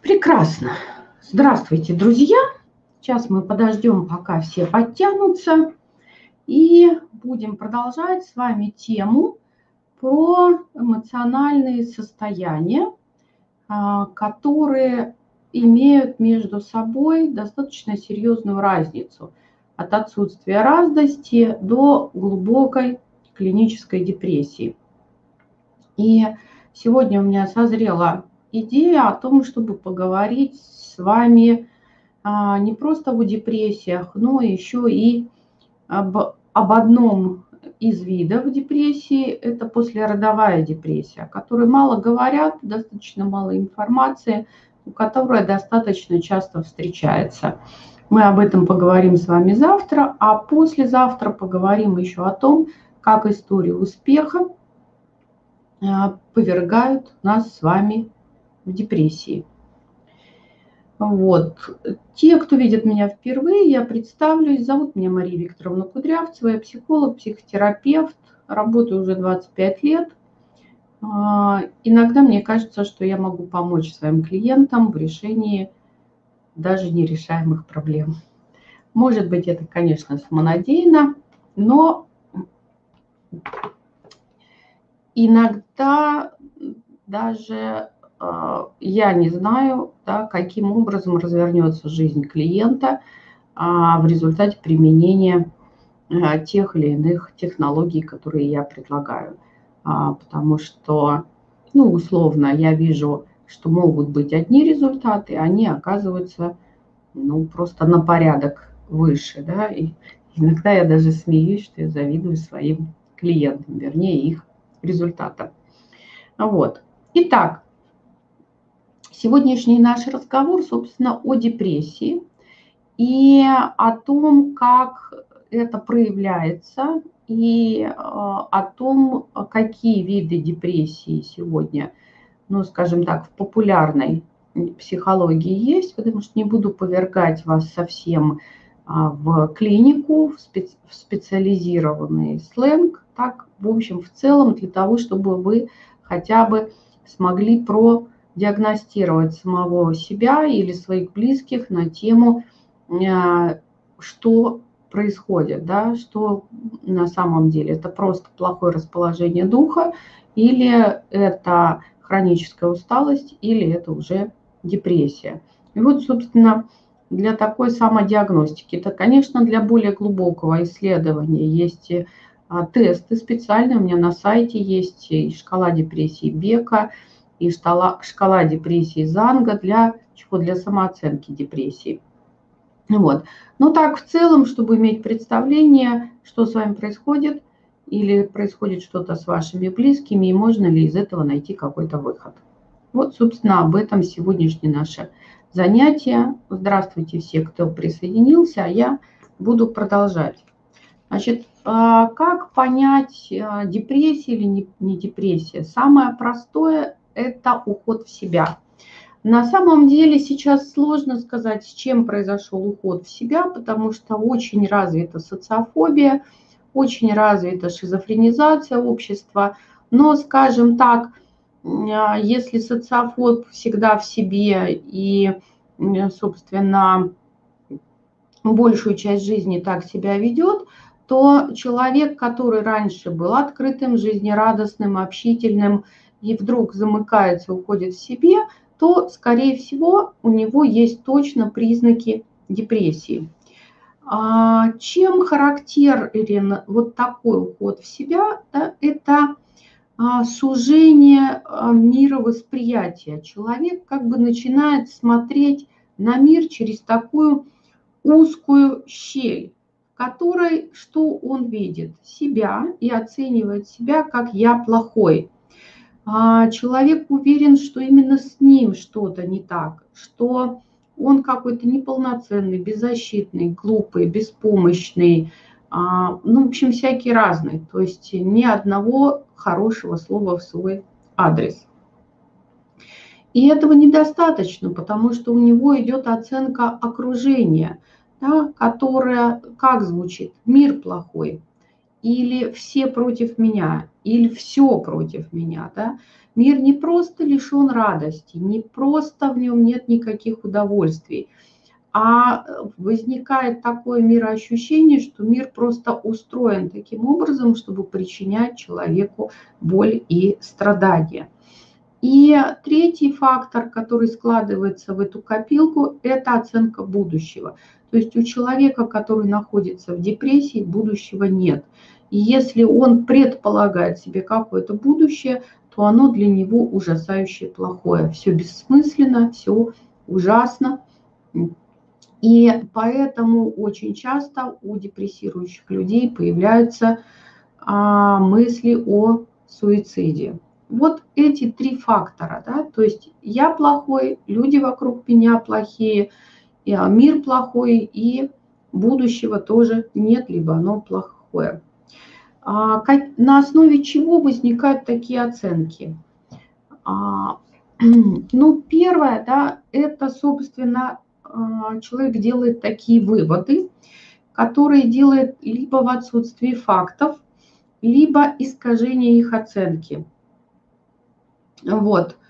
Прекрасно. Здравствуйте, друзья. Сейчас мы подождем, пока все подтянутся, и будем продолжать с вами тему про эмоциональные состояния, которые имеют между собой достаточно серьезную разницу от отсутствия радости до глубокой клинической депрессии. И сегодня у меня созрела идея о том, чтобы поговорить с вами не просто о депрессиях, но еще и об одном из видов депрессии. Это послеродовая депрессия, о которой мало говорят, достаточно мало информации, которая достаточно часто встречается. Мы об этом поговорим с вами завтра, а послезавтра поговорим еще о том, как истории успеха повергают нас с вами в депрессии. Вот. Те, кто видит меня впервые, я представлюсь. Зовут меня Мария Викторовна Кудрявцева, я психолог, психотерапевт, работаю уже 25 лет. Иногда мне кажется, что я могу помочь своим клиентам в решении даже нерешаемых проблем. Может быть, это, конечно, самонадеянно, но иногда даже я не знаю, да, каким образом развернется жизнь клиента в результате применения тех или иных технологий, которые я предлагаю. Потому что, условно, я вижу, что могут быть одни результаты, они оказываются, просто на порядок выше, да, и иногда я даже смеюсь, что я завидую своим клиентам, вернее, их результатам. Вот. Итак, сегодняшний наш разговор, собственно, о депрессии и о том, как это проявляется, и о том, какие виды депрессии сегодня, скажем так, в популярной психологии есть, потому что не буду повергать вас совсем в клинику, в специализированный сленг, так, в общем, в целом, для того, чтобы вы хотя бы смогли продиагностировать самого себя или своих близких на тему, что происходит, да, что на самом деле это просто плохое расположение духа, или это хроническая усталость, или это уже депрессия. И вот, собственно, для такой самодиагностики, это, конечно, для более глубокого исследования есть тесты специальные, у меня на сайте есть и шкала депрессии Бека, и шкала депрессии Занга для чего? Для самооценки депрессии. Вот. Но так в целом, чтобы иметь представление, что с вами происходит, или происходит что-то с вашими близкими, и можно ли из этого найти какой-то выход. Вот, собственно, об этом сегодняшнее наше занятие. Здравствуйте все, кто присоединился, а я буду продолжать. Значит, как понять, депрессия или не депрессия? Самое простое – это уход в себя. На самом деле сейчас сложно сказать, с чем произошел уход в себя, потому что очень развита социофобия, очень развита шизофренизация общества. Но, скажем так, если социофоб всегда в себе и, собственно, большую часть жизни так себя ведет, то человек, который раньше был открытым, жизнерадостным, общительным и вдруг замыкается, уходит в себе, то, скорее всего, у него есть точно признаки депрессии. Чем характерен вот такой уход в себя? Да, это сужение мировосприятия. Человек как бы начинает смотреть на мир через такую узкую щель, в которой что он видит? Себя, и оценивает себя как «я плохой». Человек уверен, что именно с ним что-то не так, что он какой-то неполноценный, беззащитный, глупый, беспомощный, в общем, всякий разный. То есть ни одного хорошего слова в свой адрес. И этого недостаточно, потому что у него идет оценка окружения, да, которая как звучит? Мир плохой. или все против меня, или все против меня, да. Мир не просто лишен радости, не просто в нем нет никаких удовольствий, а возникает такое мироощущение, что мир просто устроен таким образом, чтобы причинять человеку боль и страдания. И третий фактор, который складывается в эту копилку, это оценка будущего. То есть у человека, который находится в депрессии, будущего нет. И если он предполагает себе какое-то будущее, то оно для него ужасающе плохое. Все бессмысленно, все ужасно. И поэтому очень часто у депрессирующих людей появляются мысли о суициде. Вот эти три фактора, да, то есть я плохой, люди вокруг меня плохие, мир плохой, и будущего тоже нет, либо оно плохое. На основе чего возникают такие оценки? Ну, первое, да, это, собственно, человек делает такие выводы, которые делает либо в отсутствии фактов, либо искажение их оценки. Вот.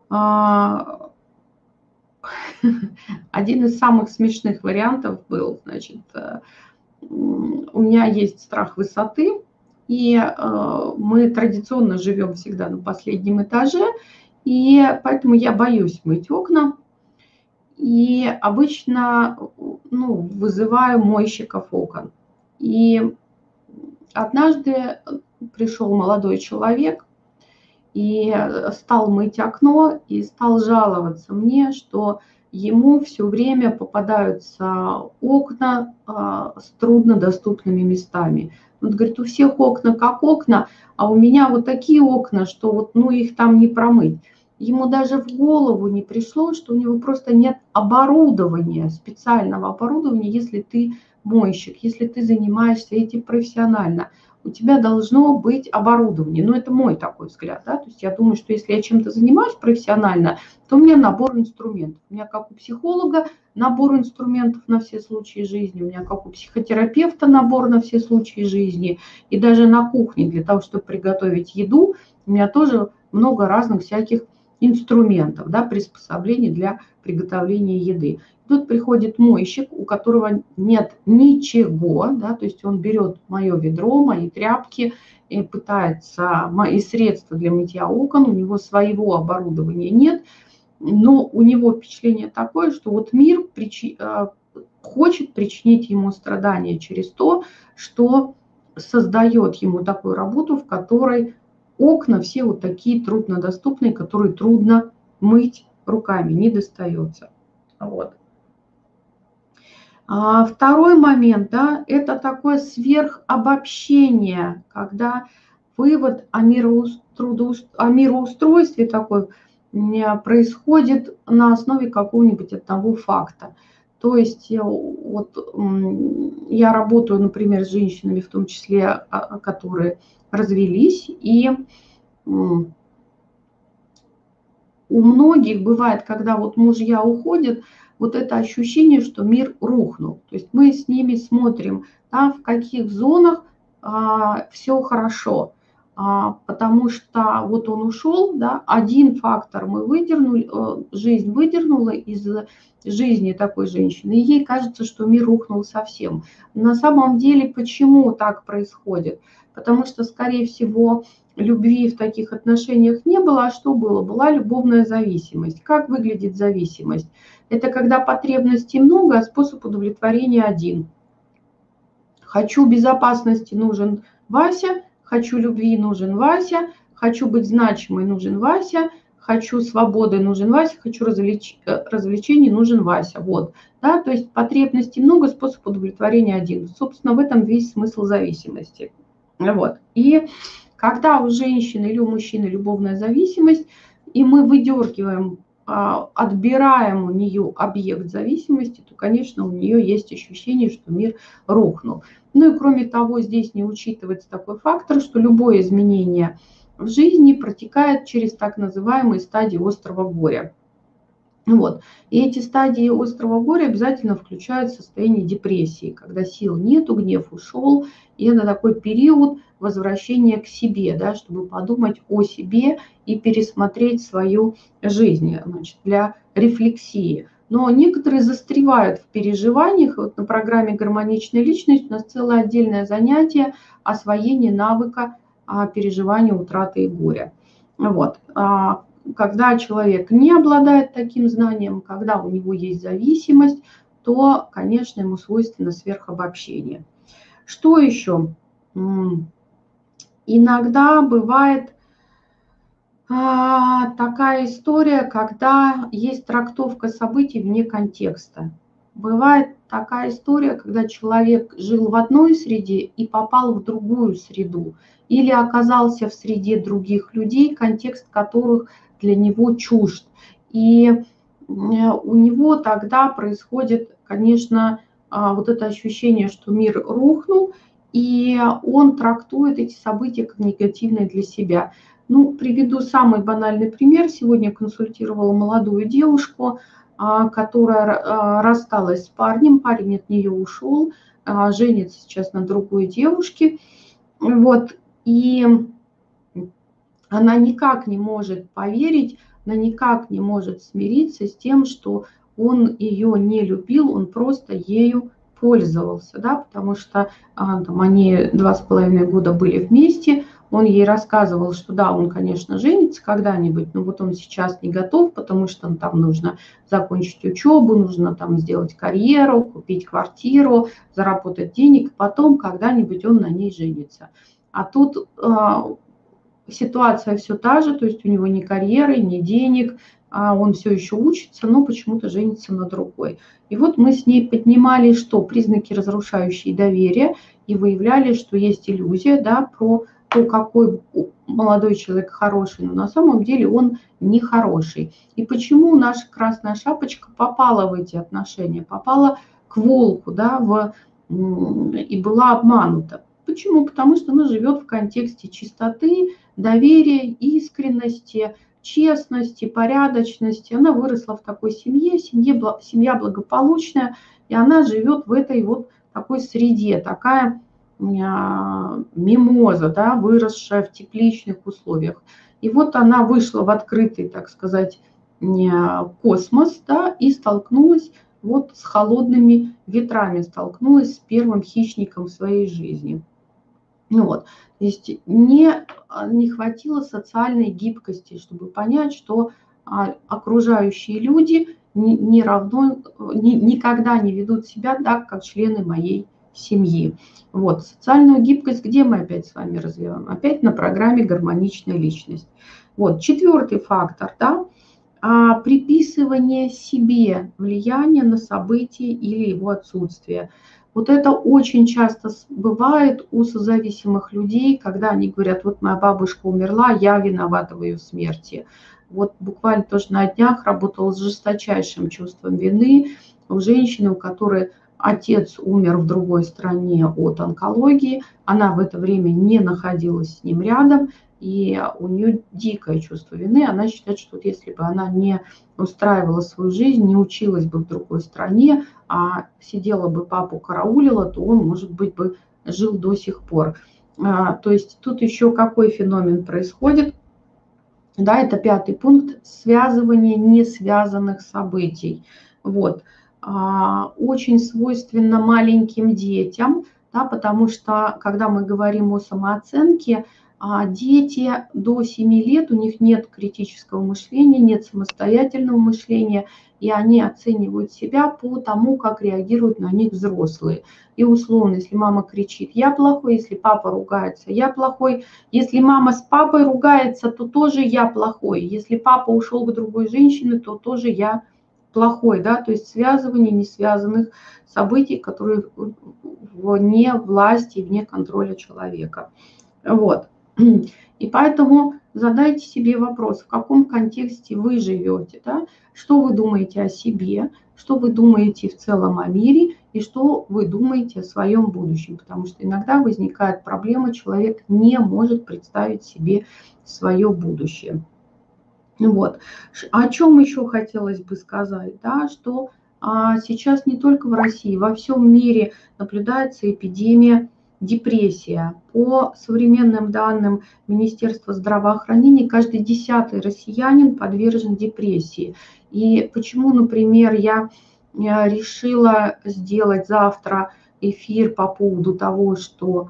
Один из самых смешных вариантов был, значит, у меня есть страх высоты, и мы традиционно живем всегда на последнем этаже, и поэтому я боюсь мыть окна, и обычно, ну, вызываю мойщиков окон. И однажды пришел молодой человек и стал мыть окно, и стал жаловаться мне, что ему все время попадаются окна с труднодоступными местами. Он говорит, у всех окна как окна, а у меня вот такие окна, что вот, ну, их там не промыть. Ему даже в голову не пришло, что у него просто нет оборудования, специального оборудования, если ты мойщик, если ты занимаешься этим профессионально. У тебя должно быть оборудование. Ну, это мой такой взгляд, да, то есть я думаю, что если я чем-то занимаюсь профессионально, то у меня набор инструментов. У меня, как у психолога, набор инструментов на все случаи жизни, у меня, как у психотерапевта, набор на все случаи жизни, и даже на кухне для того, чтобы приготовить еду, у меня тоже много разных всяких инструментов, да, приспособлений для приготовления еды. Тут приходит мойщик, у которого нет ничего, да, то есть он берет мое ведро, мои тряпки и пытается, и средства для мытья окон, у него своего оборудования нет, но у него впечатление такое, что вот мир хочет причинить ему страдания через то, что создает ему такую работу, в которой окна все вот такие труднодоступные, которые трудно мыть руками, не достается. Вот. Второй момент, да, это такое сверхобобщение, когда вывод о мироустройстве такой происходит на основе какого-нибудь одного факта. То есть вот я работаю, например, с женщинами, в том числе, которые развелись, и у многих бывает, когда вот мужья уходят, вот это ощущение, что мир рухнул. То есть мы с ними смотрим, да, в каких зонах все хорошо, потому что вот он ушел, да, один фактор мы выдернули, жизнь выдернула из жизни такой женщины, и ей кажется, что мир рухнул совсем. На самом деле, почему так происходит? Потому что, скорее всего, любви в таких отношениях не было, а что было? Была любовная зависимость. Как выглядит зависимость? Это когда потребностей много, а способ удовлетворения один. Хочу безопасности, нужен Вася, хочу любви, нужен Вася, хочу быть значимой, нужен Вася, хочу свободы, нужен Вася, хочу развлечений, нужен Вася. Вот. Да? То есть потребностей много, способ удовлетворения один. Собственно, в этом весь смысл зависимости. Вот. И когда у женщины или у мужчины любовная зависимость, и мы выдергиваем, отбираем у нее объект зависимости, то, конечно, у нее есть ощущение, что мир рухнул. Ну и кроме того, здесь не учитывается такой фактор, что любое изменение в жизни протекает через так называемые стадии острого горя. Вот. И эти стадии острого горя обязательно включают состояние депрессии, когда сил нету, гнев ушел, и это такой период возвращения к себе, да, чтобы подумать о себе и пересмотреть свою жизнь, значит, для рефлексии. Но некоторые застревают в переживаниях. Вот на программе «Гармоничная личность» у нас целое отдельное занятие освоение навыка переживания утраты и горя. Вот. Когда человек не обладает таким знанием, когда у него есть зависимость, то, конечно, ему свойственно сверхобобщение. Что еще? Иногда бывает такая история, когда есть трактовка событий вне контекста. Бывает такая история, когда человек жил в одной среде и попал в другую среду, или оказался в среде других людей, контекст которых для него чужд. И у него тогда происходит, конечно, вот это ощущение, что мир рухнул, и он трактует эти события как негативные для себя. Ну, приведу самый банальный пример. Сегодня консультировала молодую девушку, которая рассталась с парнем, парень от нее ушел, женится сейчас на другой девушке. Вот, и она никак не может поверить, она никак не может смириться с тем, что он ее не любил, он просто ею пользовался, да, потому что там, они 2,5 года были вместе, он ей рассказывал, что да, он, конечно, женится когда-нибудь, но вот он сейчас не готов, потому что там нужно закончить учебу, нужно там сделать карьеру, купить квартиру, заработать денег, потом когда-нибудь он на ней женится. А тут ситуация все та же, то есть у него ни карьеры, ни денег, он все еще учится, но почему-то женится на другой. И вот мы с ней поднимали, что признаки, разрушающие доверие, и выявляли, что есть иллюзия, да, про то, какой молодой человек хороший, но на самом деле он не хороший. И почему наша красная шапочка попала в эти отношения, попала к волку, да, и была обманута. Почему? Потому что она живет в контексте чистоты, доверия, искренности, честности, порядочности. Она выросла в такой семье, семья благополучная, и она живет в этой вот такой среде, такая мимоза, да, выросшая в тепличных условиях. И вот она вышла в открытый, так сказать, космос, да, и столкнулась вот с холодными ветрами, столкнулась с первым хищником в своей жизни. Ну вот, то есть не хватило социальной гибкости, чтобы понять, что окружающие люди никогда не ведут себя так, как члены моей семьи. Вот, социальную гибкость где мы опять с вами развиваем? Опять на программе «Гармоничная личность». Вот, 4-й фактор, да, приписывание себе влияния на события или его отсутствие. Вот это очень часто бывает у созависимых людей, когда они говорят, вот моя бабушка умерла, я виновата в ее смерти. Вот буквально тоже на днях работала с жесточайшим чувством вины у женщины, у которой отец умер в другой стране от онкологии, она в это время не находилась с ним рядом, и у нее дикое чувство вины. Она считает, что вот если бы она не устраивала свою жизнь, не училась бы в другой стране, а сидела бы папу караулила, то он, может быть, бы жил до сих пор. То есть тут еще какой феномен происходит? Да, это 5-й пункт – связывание несвязанных событий. Вот. Очень свойственно маленьким детям, да, потому что, когда мы говорим о самооценке, дети до 7 лет, у них нет критического мышления, нет самостоятельного мышления, и они оценивают себя по тому, как реагируют на них взрослые. И условно, если мама кричит, я плохой, если папа ругается, я плохой, если мама с папой ругается, то тоже я плохой, если папа ушел к другой женщине, то тоже я плохой, да, то есть связывание несвязанных событий, которые вне власти, вне контроля человека. Вот. И поэтому задайте себе вопрос, в каком контексте вы живете, да? Что вы думаете о себе, что вы думаете в целом о мире и что вы думаете о своем будущем. Потому что иногда возникает проблема, человек не может представить себе свое будущее. Вот. О чем еще хотелось бы сказать, да, что сейчас не только в России, во всем мире наблюдается эпидемия депрессия. По современным данным Министерства здравоохранения, каждый 10-й россиянин подвержен депрессии. И почему, например, я решила сделать завтра эфир по поводу того, что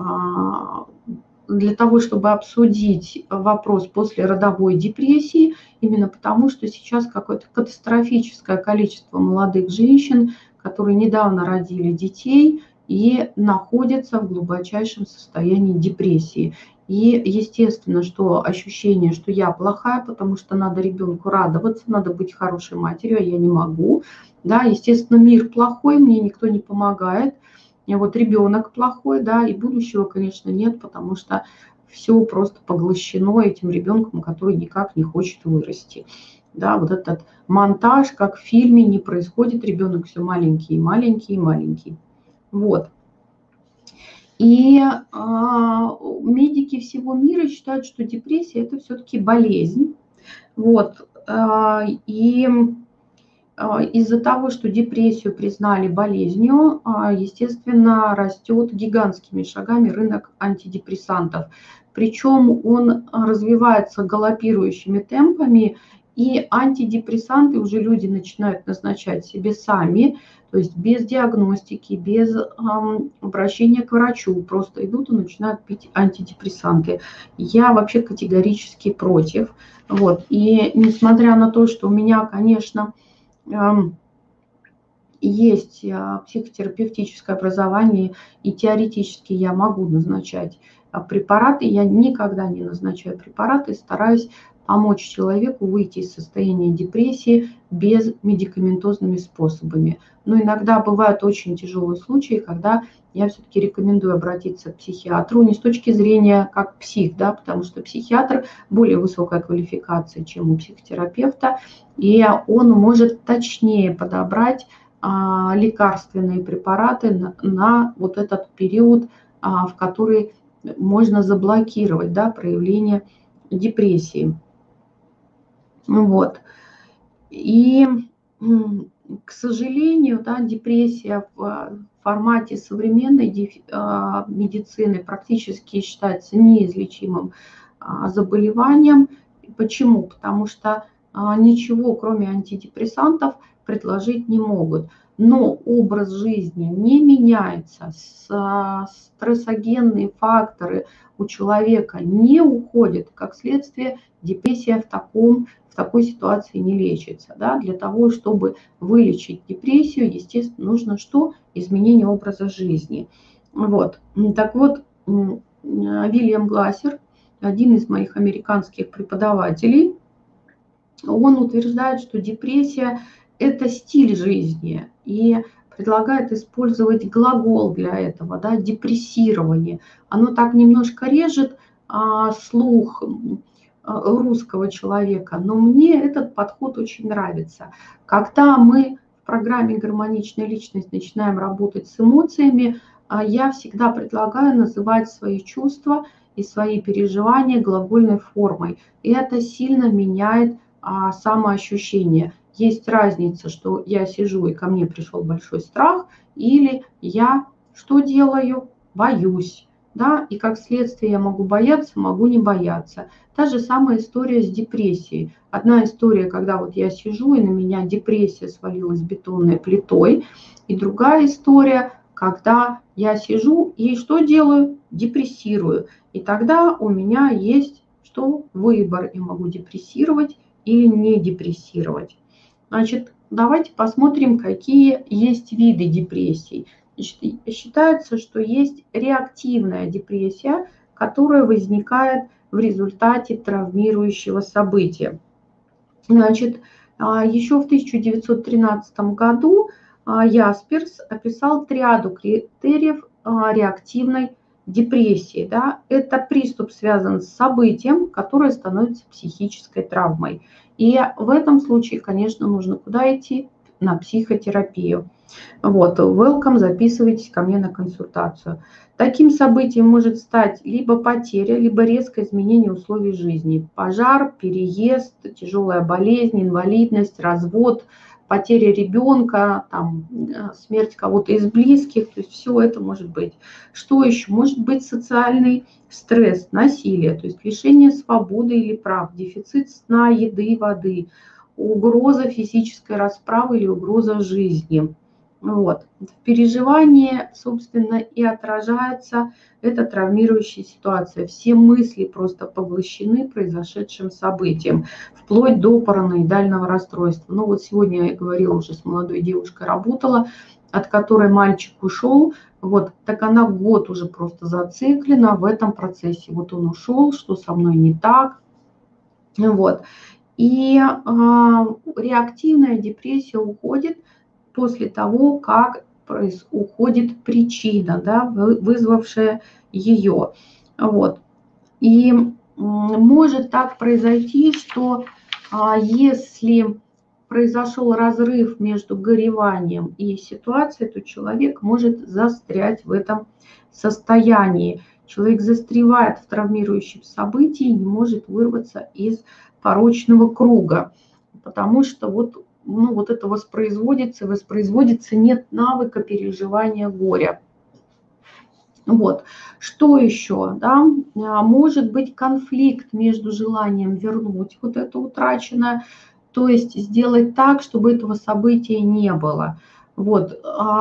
для того, чтобы обсудить вопрос послеродовой депрессии, именно потому, что сейчас какое-то катастрофическое количество молодых женщин, которые недавно родили детей и находятся в глубочайшем состоянии депрессии. И естественно, что ощущение, что я плохая, потому что надо ребенку радоваться, надо быть хорошей матерью, а я не могу. Да, естественно, мир плохой, мне никто не помогает. Вот ребенок плохой, да, и будущего, конечно, нет, потому что все просто поглощено этим ребенком, который никак не хочет вырасти. Да, вот этот монтаж, как в фильме, не происходит, ребенок все маленький, маленький, маленький. Вот. И медики всего мира считают, что депрессия – это все-таки болезнь. Вот. И из-за того, что депрессию признали болезнью, естественно, растет гигантскими шагами рынок антидепрессантов. Причем он развивается галопирующими темпами, и антидепрессанты уже люди начинают назначать себе сами, то есть без диагностики, без обращения к врачу, просто идут и начинают пить антидепрессанты. Я вообще категорически против. Вот. И несмотря на то, что у меня, конечно, есть психотерапевтическое образование, и теоретически я могу назначать препараты. Я никогда не назначаю препараты, стараюсь помочь человеку выйти из состояния депрессии без медикаментозными способами. Но иногда бывают очень тяжелые случаи, когда я все-таки рекомендую обратиться к психиатру не с точки зрения как псих, да, потому что психиатр более высокая квалификация, чем у психотерапевта, и он может точнее подобрать лекарственные препараты на вот этот период, в который можно заблокировать, да, проявление депрессии. Вот. И, к сожалению, да, депрессия в формате современной медицины практически считается неизлечимым заболеванием. Почему? Потому что ничего, кроме антидепрессантов, предложить не могут. Но образ жизни не меняется, стрессогенные факторы у человека не уходят, как следствие депрессия в такой ситуации не лечится. Да? Для того, чтобы вылечить депрессию, естественно, нужно что? Изменение образа жизни. Вот. Так вот, Вильям Глассер, один из моих американских преподавателей, он утверждает, что депрессия – это стиль жизни, и предлагает использовать глагол для этого, да, депрессирование. Оно так немножко режет слух русского человека, но мне этот подход очень нравится. Когда мы в программе «Гармоничная личность» начинаем работать с эмоциями, я всегда предлагаю называть свои чувства и свои переживания глагольной формой. И это сильно меняет самоощущение. Есть разница, что я сижу и ко мне пришел большой страх, или я что делаю? Боюсь. Да? И как следствие я могу бояться, могу не бояться. Та же самая история с депрессией. Одна история, когда вот я сижу, и на меня депрессия свалилась бетонной плитой. И другая история, когда я сижу и что делаю? Депрессирую. И тогда у меня есть что? Выбор. Я могу депрессировать или не депрессировать. Значит, давайте посмотрим, какие есть виды депрессий. Значит, считается, что есть реактивная депрессия, которая возникает в результате травмирующего события. Значит, еще в 1913 году Ясперс описал триаду критериев реактивной депрессии. Да? Это приступ связан с событием, которое становится психической травмой. И в этом случае, конечно, нужно куда идти? на психотерапию. Вот, welcome, записывайтесь ко мне на консультацию. Таким событием может стать либо потеря, либо резкое изменение условий жизни. Пожар, переезд, тяжелая болезнь, инвалидность, развод, потеря ребенка, там, смерть кого-то из близких. То есть все это может быть. Что еще? Может быть социальный стресс, насилие, то есть лишение свободы или прав, дефицит сна, еды и воды, угроза физической расправы или угроза жизни. Вот. В переживании, собственно, и отражается эта травмирующая ситуация. Все мысли просто поглощены произошедшим событием, вплоть до параноидального расстройства. Ну вот сегодня я говорила уже с молодой девушкой, работала, от которой мальчик ушел, вот, так она год уже просто зациклена в этом процессе. Вот он ушел, что со мной не так, вот. И реактивная депрессия уходит после того, как уходит причина, да, вызвавшая ее. Вот. И может так произойти, что если произошел разрыв между гореванием и ситуацией, то человек может застрять в этом состоянии. Человек застревает в травмирующем событии и не может вырваться из порочного круга, потому что вот это воспроизводится, нет навыка переживания горя. Вот. Что еще? Да? Может быть конфликт между желанием вернуть вот это утраченное, то есть сделать так, чтобы этого события не было. Вот.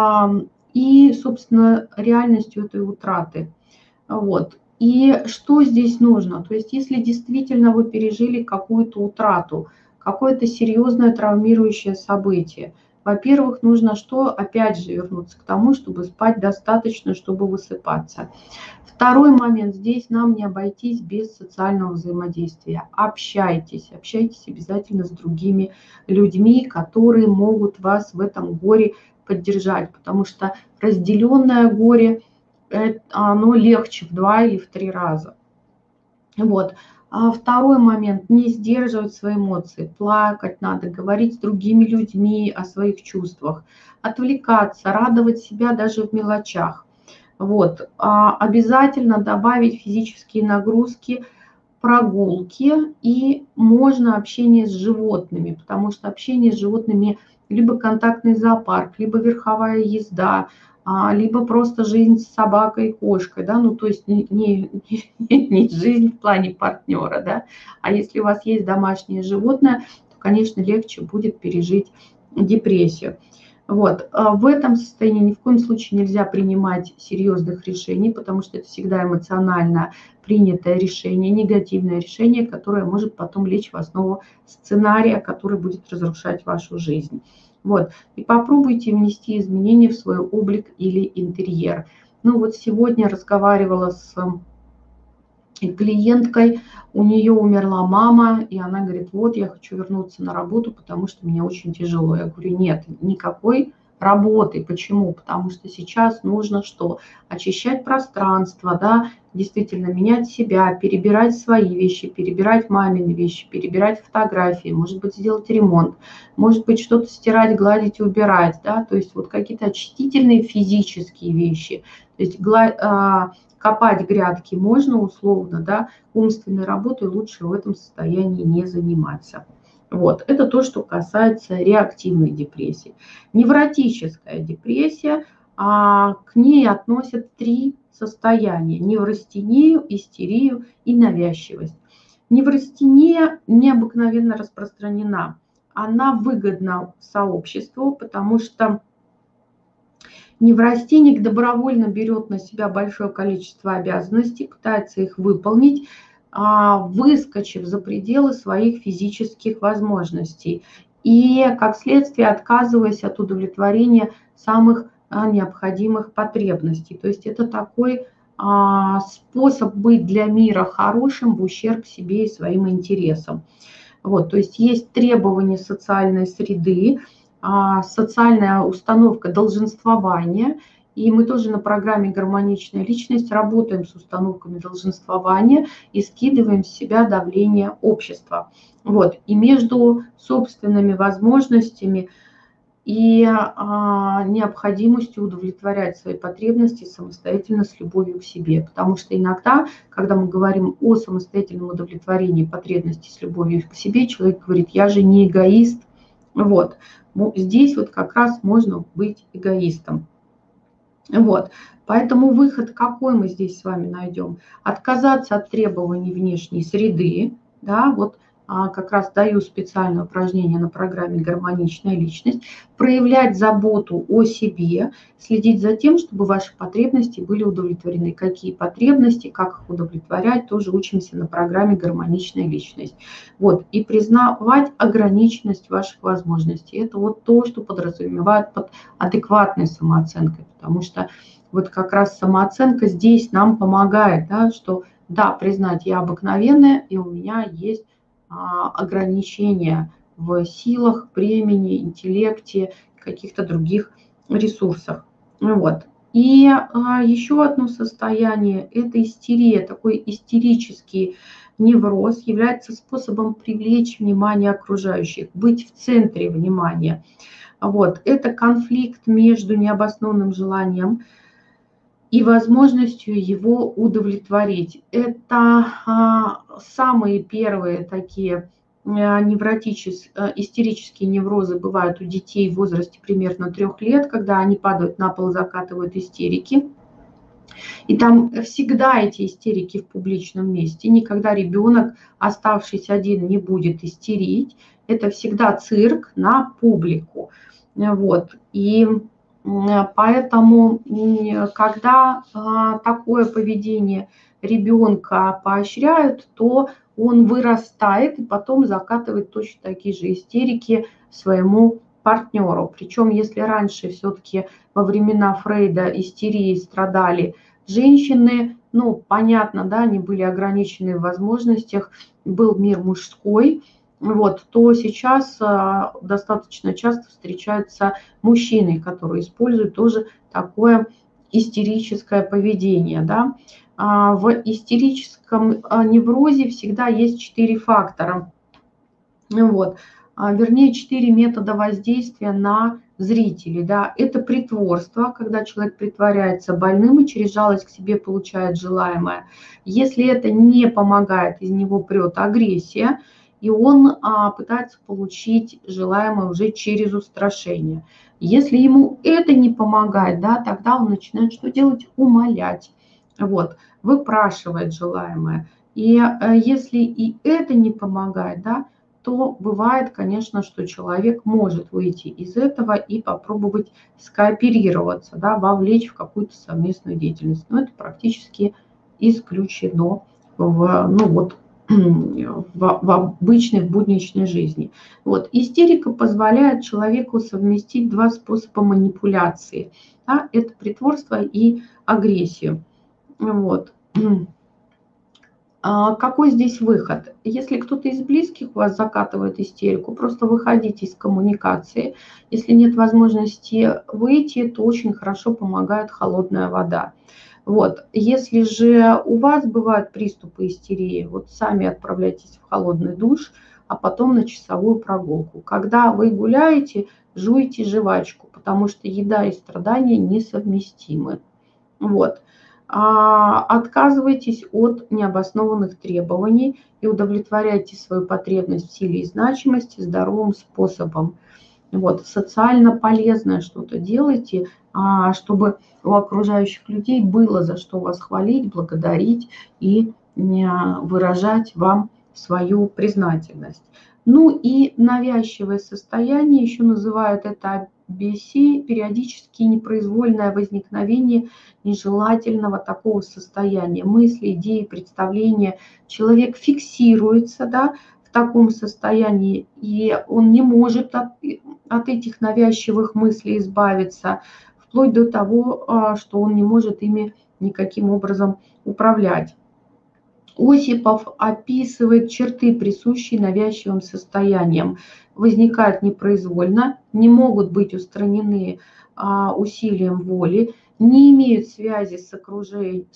И, собственно, реальностью этой утраты. Вот. И что здесь нужно? То есть если действительно вы пережили какую-то утрату, какое-то серьезное травмирующее событие, во-первых, нужно что? Опять же вернуться к тому, чтобы спать достаточно, чтобы высыпаться. Второй момент. Здесь нам не обойтись без социального взаимодействия. Общайтесь обязательно с другими людьми, которые могут вас в этом горе поддержать, потому что разделенное горе – оно легче в 2 или в 3 раза. Вот. А второй момент. Не сдерживать свои эмоции. Плакать надо, говорить с другими людьми о своих чувствах. Отвлекаться, радовать себя даже в мелочах. Вот. Обязательно добавить физические нагрузки, прогулки и можно общение с животными, потому что общение с животными либо контактный зоопарк, либо верховая езда, либо просто жизнь с собакой и кошкой, да, ну то есть не жизнь в плане партнера, да, а если у вас есть домашнее животное, то, конечно, легче будет пережить депрессию. Вот. В этом состоянии ни в коем случае нельзя принимать серьезных решений, потому что это всегда эмоционально принятое решение, негативное решение, которое может потом лечь в основу сценария, который будет разрушать вашу жизнь. Вот. И попробуйте внести изменения в свой облик или интерьер. Ну вот сегодня разговаривала с клиенткой, у нее умерла мама, и она говорит, вот я хочу вернуться на работу, потому что мне очень тяжело. Я говорю, нет, никакой работы. Почему? Потому что сейчас нужно что? Очищать пространство, да, действительно менять себя, перебирать свои вещи, перебирать мамины вещи, перебирать фотографии, может быть, сделать ремонт, может быть, что-то стирать, гладить, убирать, да, то есть вот какие-то очистительные физические вещи, то есть копать грядки можно условно, да, умственной работой лучше в этом состоянии не заниматься. Вот, это то, что касается реактивной депрессии. Невротическая депрессия, к ней относят 3 состояния: неврастению, истерию и навязчивость. Неврастения необыкновенно распространена. Она выгодна сообществу, потому что неврастенник добровольно берет на себя большое количество обязанностей, пытается их выполнить, выскочив за пределы своих физических возможностей и, как следствие, отказываясь от удовлетворения самых необходимых потребностей. То есть это такой способ быть для мира хорошим в ущерб себе и своим интересам. Вот, то есть есть требования социальной среды, социальная установка долженствования, и мы тоже на программе «Гармоничная личность» работаем с установками долженствования и скидываем с себя давление общества. Вот. И между собственными возможностями и необходимостью удовлетворять свои потребности самостоятельно с любовью к себе. Потому что иногда, когда мы говорим о самостоятельном удовлетворении потребностей с любовью к себе, человек говорит: я же не эгоист. Вот. Ну, здесь вот как раз можно быть эгоистом. Вот. Поэтому выход какой мы здесь с вами найдем? Отказаться от требований внешней среды, да, вот как раз даю специальное упражнение на программе «Гармоничная личность», проявлять заботу о себе, следить за тем, чтобы ваши потребности были удовлетворены. Какие потребности, как их удовлетворять, тоже учимся на программе «Гармоничная личность». Вот. И признавать ограниченность ваших возможностей. Это вот то, что подразумевает под адекватной самооценкой, потому что вот как раз самооценка здесь нам помогает, да, что да, признать, я обыкновенная, и у меня есть ограничения в силах, времени, интеллекте, каких-то других ресурсах. Вот. И еще одно состояние – это истерия, такой истерический невроз является способом привлечь внимание окружающих, быть в центре внимания. Вот. Это конфликт между необоснованным желанием и возможностью его удовлетворить. Это самые первые такие истерические неврозы бывают у детей в возрасте примерно 3 лет, когда они падают на пол, закатывают истерики. И там всегда эти истерики в публичном месте. Никогда ребенок, оставшись один, не будет истерить. Это всегда цирк на публику. Вот. И поэтому, когда такое поведение ребенка поощряют, то он вырастает и потом закатывает точно такие же истерики своему партнеру. Причем, если раньше все-таки во времена Фрейда истерией страдали женщины, ну, понятно, да, они были ограничены в возможностях, был мир мужской, вот, то сейчас достаточно часто встречаются мужчины, которые используют тоже такое истерическое поведение, да. В истерическом неврозе всегда есть 4 фактора, вот, вернее, 4 метода воздействия на зрителей, да. Это притворство, когда человек притворяется больным и через жалость к себе получает желаемое. Если это не помогает, из него прет агрессия, и он пытается получить желаемое уже через устрашение. Если ему это не помогает, да, тогда он начинает что делать? Умолять, вот, выпрашивать желаемое. И если и это не помогает, да, то бывает, конечно, что человек может выйти из этого и попробовать скооперироваться, да, вовлечь в какую-то совместную деятельность. Но это практически исключено ну, вот, в обычной, в будничной жизни. Вот. Истерика позволяет человеку совместить 2 способа манипуляции. Да, это притворство и агрессию. Вот. Какой здесь выход? Если кто-то из близких у вас закатывает истерику, просто выходите из коммуникации. Если нет возможности выйти, то очень хорошо помогает холодная вода. Вот. Если же у вас бывают приступы истерии, вот сами отправляйтесь в холодный душ, а потом на часовую прогулку. Когда вы гуляете, жуйте жвачку, потому что еда и страдания несовместимы. Вот. Отказывайтесь от необоснованных требований и удовлетворяйте свою потребность в силе и значимости здоровым способом. Вот. Социально полезное что-то делайте, чтобы у окружающих людей было за что вас хвалить, благодарить и выражать вам свою признательность. Ну и навязчивое состояние, еще называют это BSC, периодически непроизвольное возникновение нежелательного такого состояния. Мысли, идеи, представления. Человек фиксируется, да, в таком состоянии, и он не может от этих навязчивых мыслей избавиться, вплоть до того, что он не может ими никаким образом управлять. Осипов описывает черты, присущие навязчивым состояниям. Возникают непроизвольно, не могут быть устранены усилием воли, не имеют связи с окружением,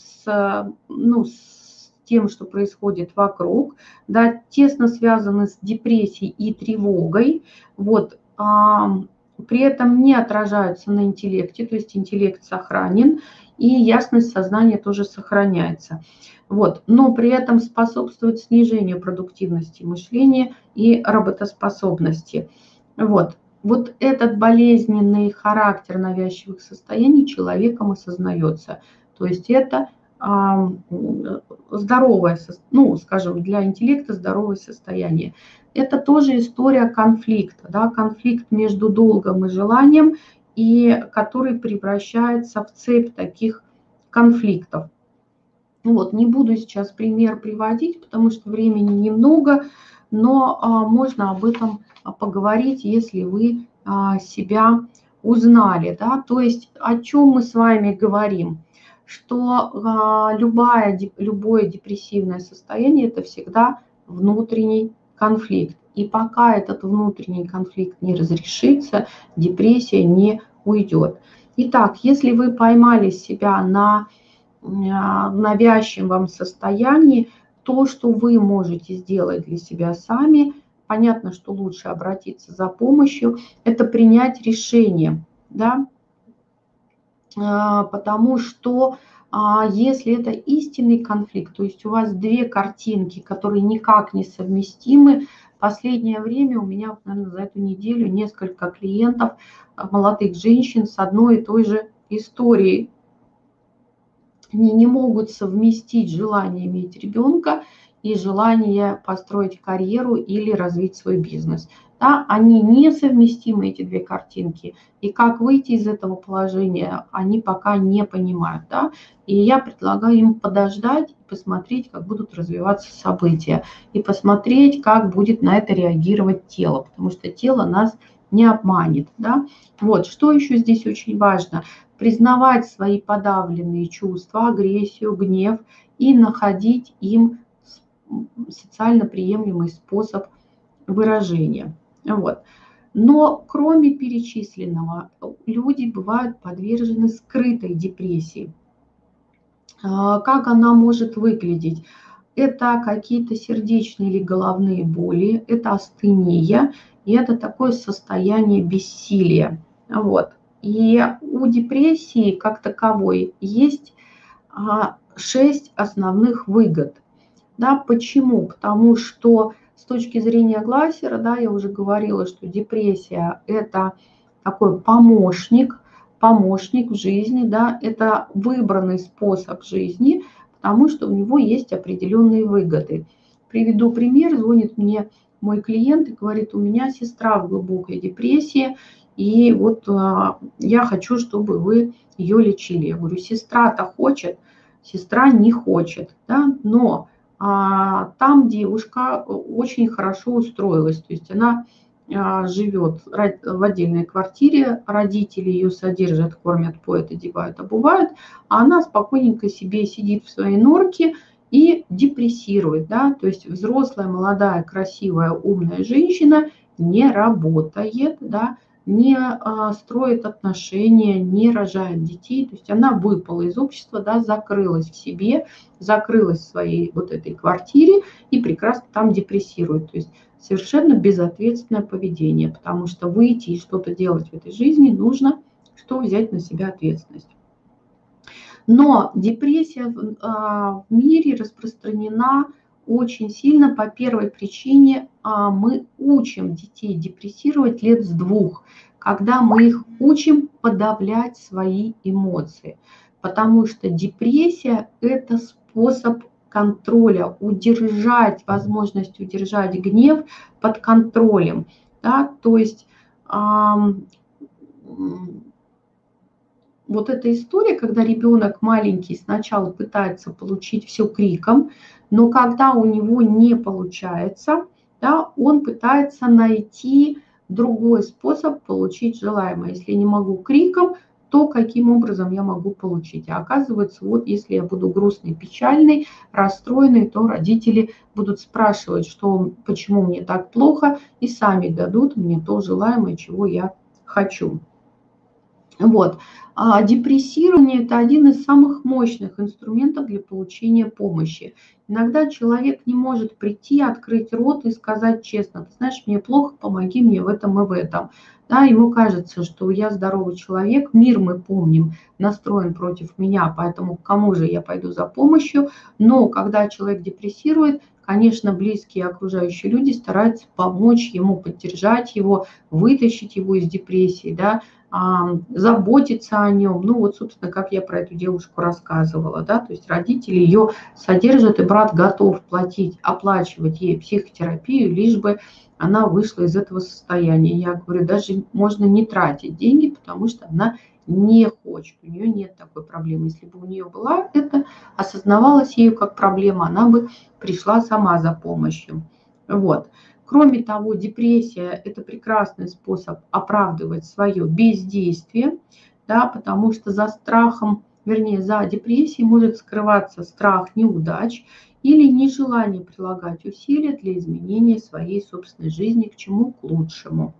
с тем, что происходит вокруг, да, тесно связаны с депрессией и тревогой. Вот, при этом не отражаются на интеллекте, то есть интеллект сохранен, и ясность сознания тоже сохраняется. Вот. Но при этом способствует снижению продуктивности мышления и работоспособности. Вот. Вот этот болезненный характер навязчивых состояний человеком осознается. То есть это здоровое, ну, скажем, для интеллекта здоровое состояние. Это тоже история конфликта, да, конфликт между долгом и желанием, и который превращается в цепь таких конфликтов. Вот, не буду сейчас пример приводить, потому что времени немного, но можно об этом поговорить, если вы себя узнали. Да? То есть о чем мы с вами говорим? Что любое депрессивное состояние – это всегда внутренний конфликт. И пока этот внутренний конфликт не разрешится, депрессия не уйдет. Итак, если вы поймали себя на навязчивом состоянии, то, что вы можете сделать для себя сами, понятно, что лучше обратиться за помощью, это принять решение, да, потому что если это истинный конфликт, то есть у вас две картинки, которые никак не совместимы, в последнее время у меня, наверное, за эту неделю несколько клиентов, молодых женщин с одной и той же историей. Они не могут совместить желание иметь ребенка и желание построить карьеру или развить свой бизнес. Да, они несовместимы, эти две картинки. И как выйти из этого положения, они пока не понимают. Да? И я предлагаю им подождать, посмотреть, как будут развиваться события. И посмотреть, как будет на это реагировать тело. Потому что тело нас не обманет. Да? Вот, что еще здесь очень важно? Признавать свои подавленные чувства, агрессию, гнев и находить им социально приемлемый способ выражения. Вот. Но кроме перечисленного, люди бывают подвержены скрытой депрессии. Как она может выглядеть? Это какие-то сердечные или головные боли, это астения, и это такое состояние бессилия. Вот. И у депрессии как таковой есть 6 основных выгод. Да, почему? Потому что с точки зрения Глассера, да, я уже говорила, что депрессия – это такой помощник в жизни, да, это выбранный способ жизни, потому что у него есть определенные выгоды. Приведу пример. Звонит мне мой клиент и говорит: у меня сестра в глубокой депрессии, и вот я хочу, чтобы вы ее лечили. Я говорю: сестра-то хочет, сестра не хочет, да, но там девушка очень хорошо устроилась, то есть она живет в отдельной квартире, родители ее содержат, кормят, поят, одевают, обувают, а она спокойненько себе сидит в своей норке и депрессирует, да, то есть взрослая, молодая, красивая, умная женщина не работает, да, не строит отношения, не рожает детей, то есть она выпала из общества, да, закрылась в себе, закрылась в своей вот этой квартире и прекрасно там депрессирует. То есть совершенно безответственное поведение, потому что выйти и что-то делать в этой жизни нужно, что взять на себя ответственность. Но депрессия в мире распространена очень сильно по первой причине. Мы учим детей депрессировать лет с 2, когда мы их учим подавлять свои эмоции. Потому что депрессия – это способ контроля, возможность удержать гнев под контролем. Да? То есть вот эта история, когда ребенок маленький сначала пытается получить все криком, но когда у него не получается, да, он пытается найти другой способ получить желаемое. Если я не могу криком, то каким образом я могу получить? А оказывается, вот если я буду грустный, печальный, расстроенный, то родители будут спрашивать, почему мне так плохо, и сами дадут мне то желаемое, чего я хочу. Вот. А депрессирование – это один из самых мощных инструментов для получения помощи. Иногда человек не может прийти, открыть рот и сказать честно: ты знаешь, мне плохо, помоги мне в этом и в этом. Да, ему кажется, что я здоровый человек, мир, мы помним, настроен против меня, поэтому к кому же я пойду за помощью. Но когда человек депрессирует, конечно, близкие окружающие люди стараются помочь ему, поддержать его, вытащить его из депрессии, да, заботиться о нем. Ну вот, собственно, как я про эту девушку рассказывала, да, то есть родители ее содержат, и брат готов платить, оплачивать ей психотерапию, лишь бы она вышла из этого состояния. Я говорю, даже можно не тратить деньги, потому что она не хочет, у нее нет такой проблемы. Если бы у нее была это, осознавалась ею как проблема, она бы пришла сама за помощью. Вот. Кроме того, депрессия – это прекрасный способ оправдывать свое бездействие, да, потому что за страхом, вернее, за депрессией может скрываться страх неудач или нежелание прилагать усилия для изменения своей собственной жизни к чему? К лучшему.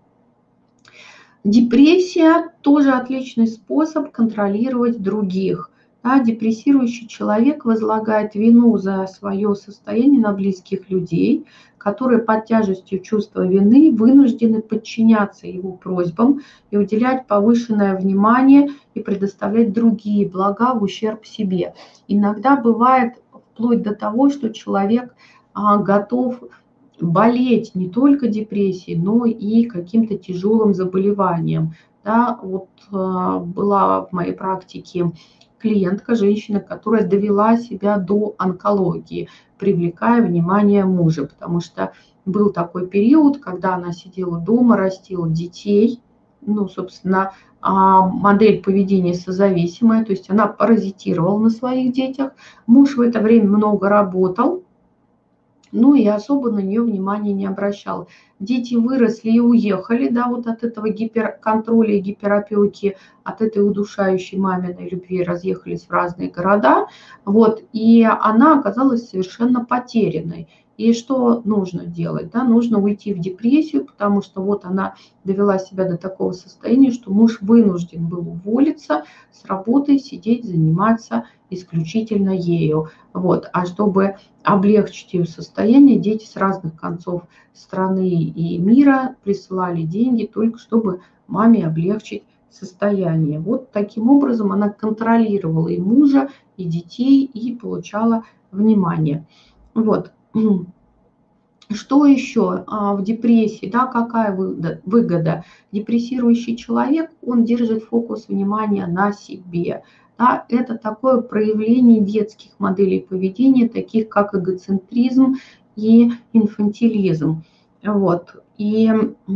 Депрессия тоже отличный способ контролировать других. Да, депрессирующий человек возлагает вину за свое состояние на близких людей, которые под тяжестью чувства вины вынуждены подчиняться его просьбам и уделять повышенное внимание и предоставлять другие блага в ущерб себе. Иногда бывает вплоть до того, что человек готов болеть не только депрессией, но и каким-то тяжелым заболеванием. Да, вот была в моей практике клиентка, женщина, которая довела себя до онкологии, привлекая внимание мужа, потому что был такой период, когда она сидела дома, растила детей, ну, собственно, модель поведения созависимая, то есть она паразитировала на своих детях, муж в это время много работал, ну, и особо на нее внимания не обращал. Дети выросли и уехали, да, вот от этого гиперконтроля и гиперопеки, от этой удушающей маминой любви разъехались в разные города, вот, и она оказалась совершенно потерянной. И что нужно делать? Да? Нужно уйти в депрессию, потому что вот она довела себя до такого состояния, что муж вынужден был уволиться с работы, сидеть, заниматься исключительно ею. Вот. А чтобы облегчить ее состояние, дети с разных концов страны и мира присылали деньги только чтобы маме облегчить состояние. Вот таким образом она контролировала и мужа, и детей, и получала внимание. Вот. Что еще в депрессии? Да, какая выгода? Депрессирующий человек, он держит фокус внимания на себе. Да, это такое проявление детских моделей поведения, таких как эгоцентризм и инфантилизм. Вот. И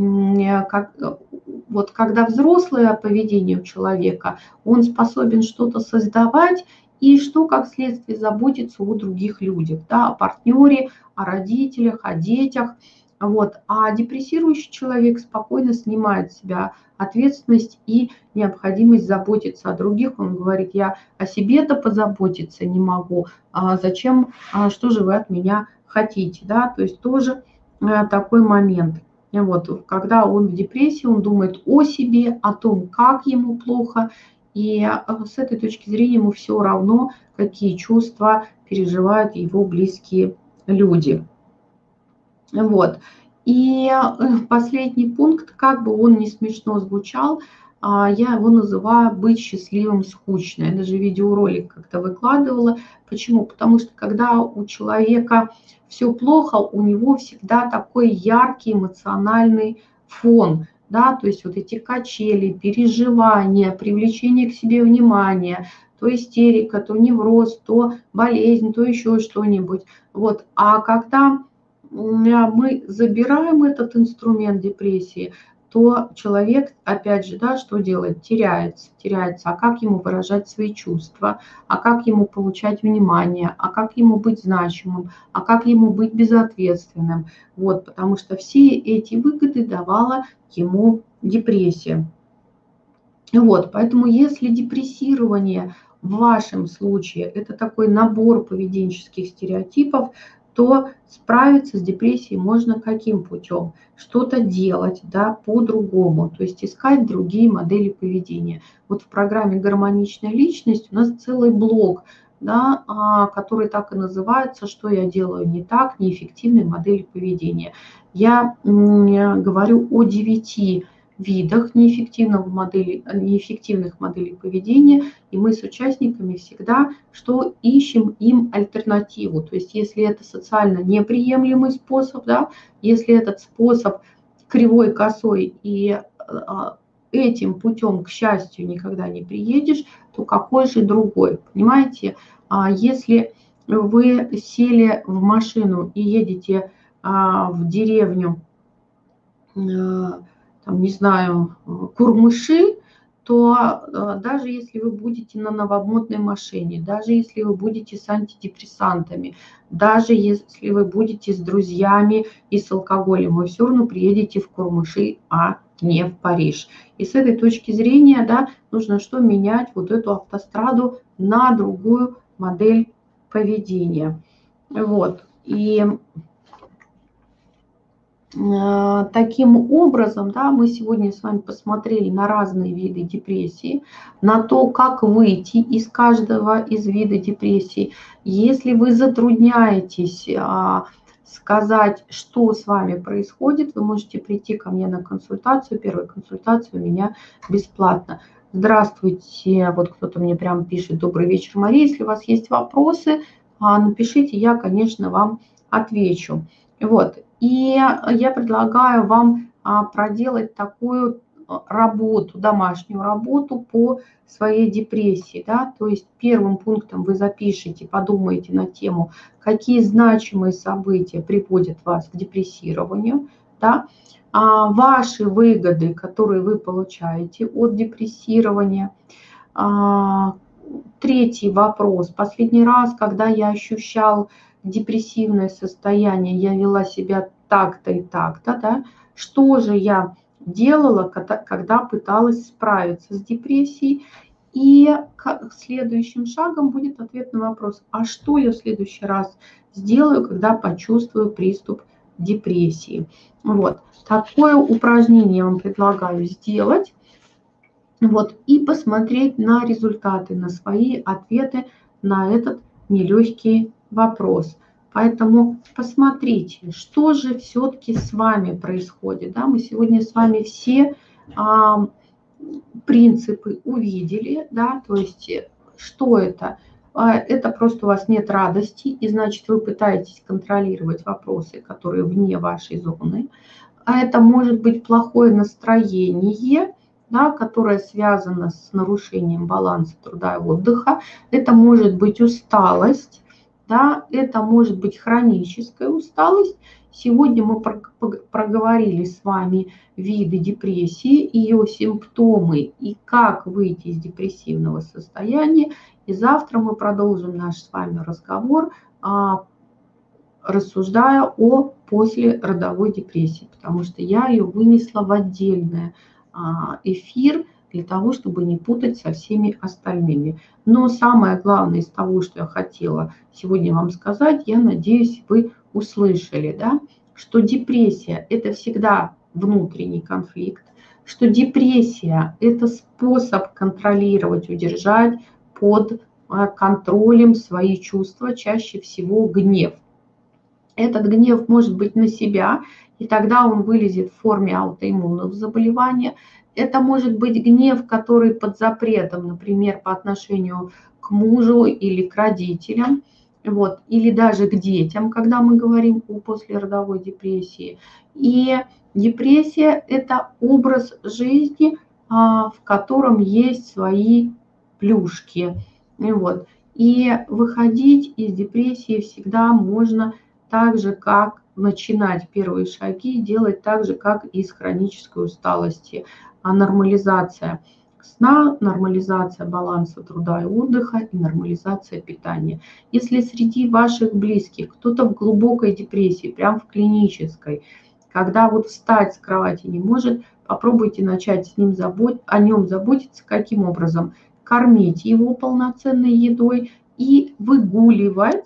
вот когда взрослое поведение у человека, он способен что-то создавать и что, как следствие, заботиться о других людях, да, о партнере, о родителях, о детях. Вот. А депрессирующий человек спокойно снимает с себя ответственность и необходимость заботиться о других. Он говорит, я о себе-то позаботиться не могу, зачем, что же вы от меня хотите, да, то есть тоже такой момент. Вот, когда он в депрессии, он думает о себе, о том, как ему плохо, и с этой точки зрения ему все равно, какие чувства переживают его близкие люди. Вот. И последний пункт, как бы он ни смешно звучал, я его называю «быть счастливым скучно». Я даже видеоролик как-то выкладывала. Почему? Потому что когда у человека все плохо, у него всегда такой яркий эмоциональный фон. Да, то есть вот эти качели, переживания, привлечение к себе внимания, то истерика, то невроз, то болезнь, то еще что-нибудь. Вот. А когда мы забираем этот инструмент депрессии, то человек, опять же, да, что делает? Теряется. А как ему выражать свои чувства? А как ему получать внимание? А как ему быть значимым? А как ему быть безответственным? Вот, потому что все эти выгоды давала ему депрессия. Вот, поэтому если депрессирование в вашем случае это такой набор поведенческих стереотипов, то справиться с депрессией можно каким путем? Что-то делать, да, по-другому, то есть искать другие модели поведения. Вот в программе «Гармоничная личность» у нас целый блок, да, который так и называется «Что я делаю не так? Неэффективные модели поведения». Я говорю о 9 видах неэффективных моделей поведения, и мы с участниками всегда что ищем им альтернативу. То есть если это социально неприемлемый способ, да, если этот способ кривой, косой и этим путем, к счастью, никогда не приедешь, то какой же другой? Понимаете, если вы сели в машину и едете в деревню, там, не знаю, Курмыши, то даже если вы будете на новомодной машине, даже если вы будете с антидепрессантами, даже если вы будете с друзьями и с алкоголем, вы все равно приедете в Курмыши, а не в Париж. И с этой точки зрения, да, нужно что? Менять вот эту автостраду на другую модель поведения. Вот. И таким образом, да, мы сегодня с вами посмотрели на разные виды депрессии, на то, как выйти из каждого из видов депрессии. Если вы затрудняетесь сказать, что с вами происходит, вы можете прийти ко мне на консультацию. Первая консультация у меня бесплатно. Здравствуйте, вот кто-то мне прямо пишет: добрый вечер, Мария, если у вас есть вопросы, напишите, я, конечно, вам отвечу. Вот. И я предлагаю вам проделать такую работу, домашнюю работу по своей депрессии. Да? То есть первым пунктом вы запишите, подумаете на тему, какие значимые события приводят вас к депрессированию, да? Ваши выгоды, которые вы получаете от депрессирования. Третий вопрос. Последний раз, когда я ощущал депрессивное состояние, я вела себя так-то и так-то, да? Что же я делала, когда пыталась справиться с депрессией? И следующим шагом будет ответ на вопрос: а что я в следующий раз сделаю, когда почувствую приступ депрессии? Вот. Такое упражнение я вам предлагаю сделать. Вот, и посмотреть на результаты, на свои ответы на этот нелегкий вопрос. Поэтому посмотрите, что же все-таки с вами происходит. Да? Мы сегодня с вами все принципы увидели, да? То есть что это? Это просто у вас нет радости, и значит вы пытаетесь контролировать вопросы, которые вне вашей зоны. А это может быть плохое настроение, да, которое связано с нарушением баланса труда и отдыха. Это может быть усталость, да, это может быть хроническая усталость. Сегодня мы проговорили с вами виды депрессии, ее симптомы и как выйти из депрессивного состояния. И завтра мы продолжим наш с вами разговор, рассуждая о послеродовой депрессии, потому что я ее вынесла в отдельный эфир для того, чтобы не путать со всеми остальными. Но самое главное из того, что я хотела сегодня вам сказать, я надеюсь, вы услышали, да, что депрессия – это всегда внутренний конфликт, что депрессия – это способ контролировать, удержать под контролем свои чувства, чаще всего гнев. Этот гнев может быть на себя, и тогда он вылезет в форме аутоиммунного заболевания. Это может быть гнев, который под запретом, например, по отношению к мужу или к родителям, вот, или даже к детям, когда мы говорим о послеродовой депрессии. И депрессия – это образ жизни, в котором есть свои плюшки. Вот. И выходить из депрессии всегда можно так же, как начинать первые шаги, делать так же, как и с хронической усталости. Нормализация сна, нормализация баланса труда и отдыха и нормализация питания. Если среди ваших близких кто-то в глубокой депрессии, прям в клинической, когда вот встать с кровати не может, попробуйте начать с ним о нем заботиться. Каким образом? Кормить его полноценной едой и выгуливать,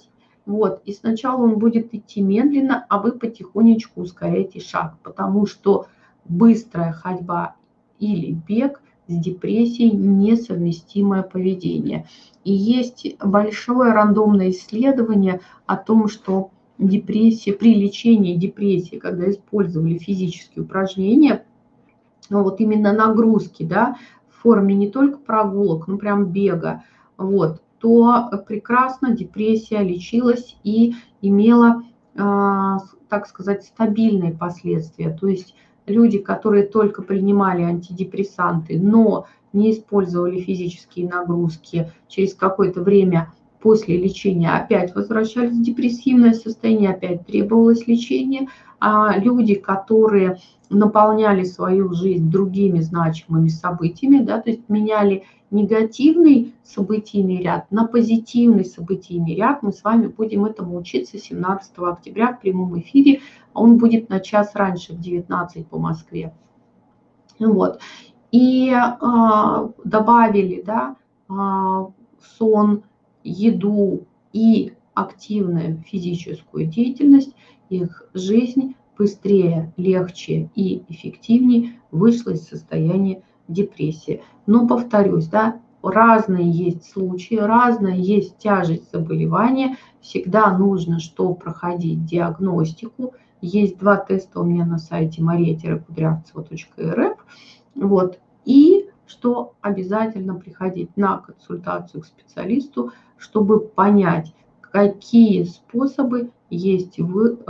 Вот, и сначала он будет идти медленно, а вы потихонечку ускоряйте шаг, потому что быстрая ходьба или бег с депрессией несовместимое поведение. И есть большое рандомное исследование о том, что депрессия, при лечении депрессии, когда использовали физические упражнения, вот именно нагрузки, да, в форме не только прогулок, но прям бега, вот, то прекрасно депрессия лечилась и имела, так сказать, стабильные последствия. То есть люди, которые только принимали антидепрессанты, но не использовали физические нагрузки, через какое-то время после лечения опять возвращались в депрессивное состояние, опять требовалось лечение. А люди, которые наполняли свою жизнь другими значимыми событиями, да, то есть меняли негативный событийный ряд на позитивный событийный ряд. Мы с вами будем этому учиться 17 октября в прямом эфире. Он будет на час раньше, в 19 по Москве. Вот. И добавили, да, сон, еду и активную физическую деятельность, их жизнь быстрее, легче и эффективнее вышла из состояния депрессии. Но повторюсь, да, разные есть случаи, разная есть тяжесть заболевания. Всегда нужно, что проходить диагностику. Есть 2 теста у меня на сайте maria-kudryavtseva.rf. Вот. И что обязательно приходить на консультацию к специалисту, чтобы понять, какие способы есть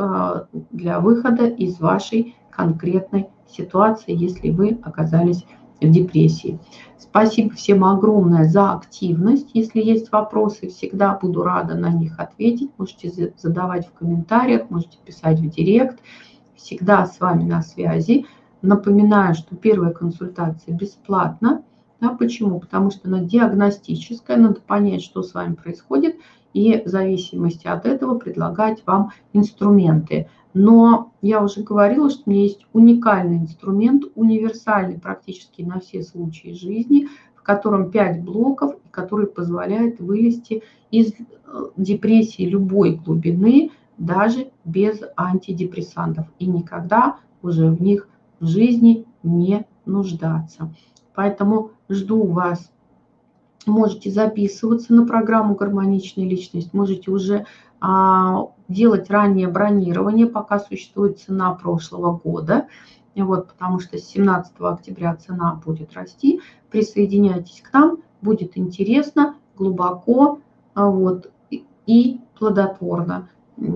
для выхода из вашей конкретной ситуации, если вы оказались в депрессии. Спасибо всем огромное за активность. Если есть вопросы, всегда буду рада на них ответить. Можете задавать в комментариях, можете писать в директ. Всегда с вами на связи. Напоминаю, что первая консультация бесплатна. Да, почему? Потому что она диагностическая, надо понять, что с вами происходит, и в зависимости от этого предлагать вам инструменты. Но я уже говорила, что у меня есть уникальный инструмент, универсальный практически на все случаи жизни, в котором 5 блоков, который позволяет вылезти из депрессии любой глубины, даже без антидепрессантов, и никогда уже в них в жизни не нуждаться. Поэтому жду вас. Можете записываться на программу «Гармоничная личность», можете уже делать раннее бронирование, пока существует цена прошлого года, вот, потому что с 17 октября цена будет расти. Присоединяйтесь к нам, будет интересно, глубоко, вот, и плодотворно.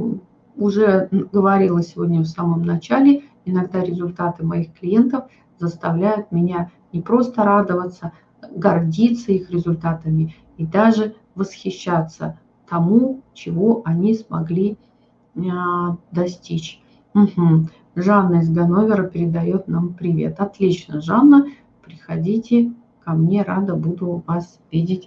Уже говорила сегодня в самом начале, иногда результаты моих клиентов заставляют меня не просто радоваться, гордиться их результатами и даже восхищаться тому, чего они смогли достичь. Угу. Жанна из Ганновера передает нам привет. Отлично, Жанна, приходите ко мне, рада буду вас видеть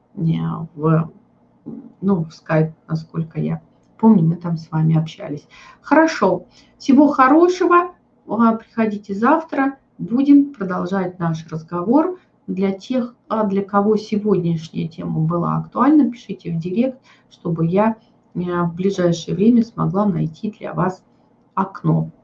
в скайп, насколько я помню, мы там с вами общались. Хорошо, всего хорошего, приходите завтра, будем продолжать наш разговор. Для тех, для кого сегодняшняя тема была актуальна, пишите в директ, чтобы я в ближайшее время смогла найти для вас окно.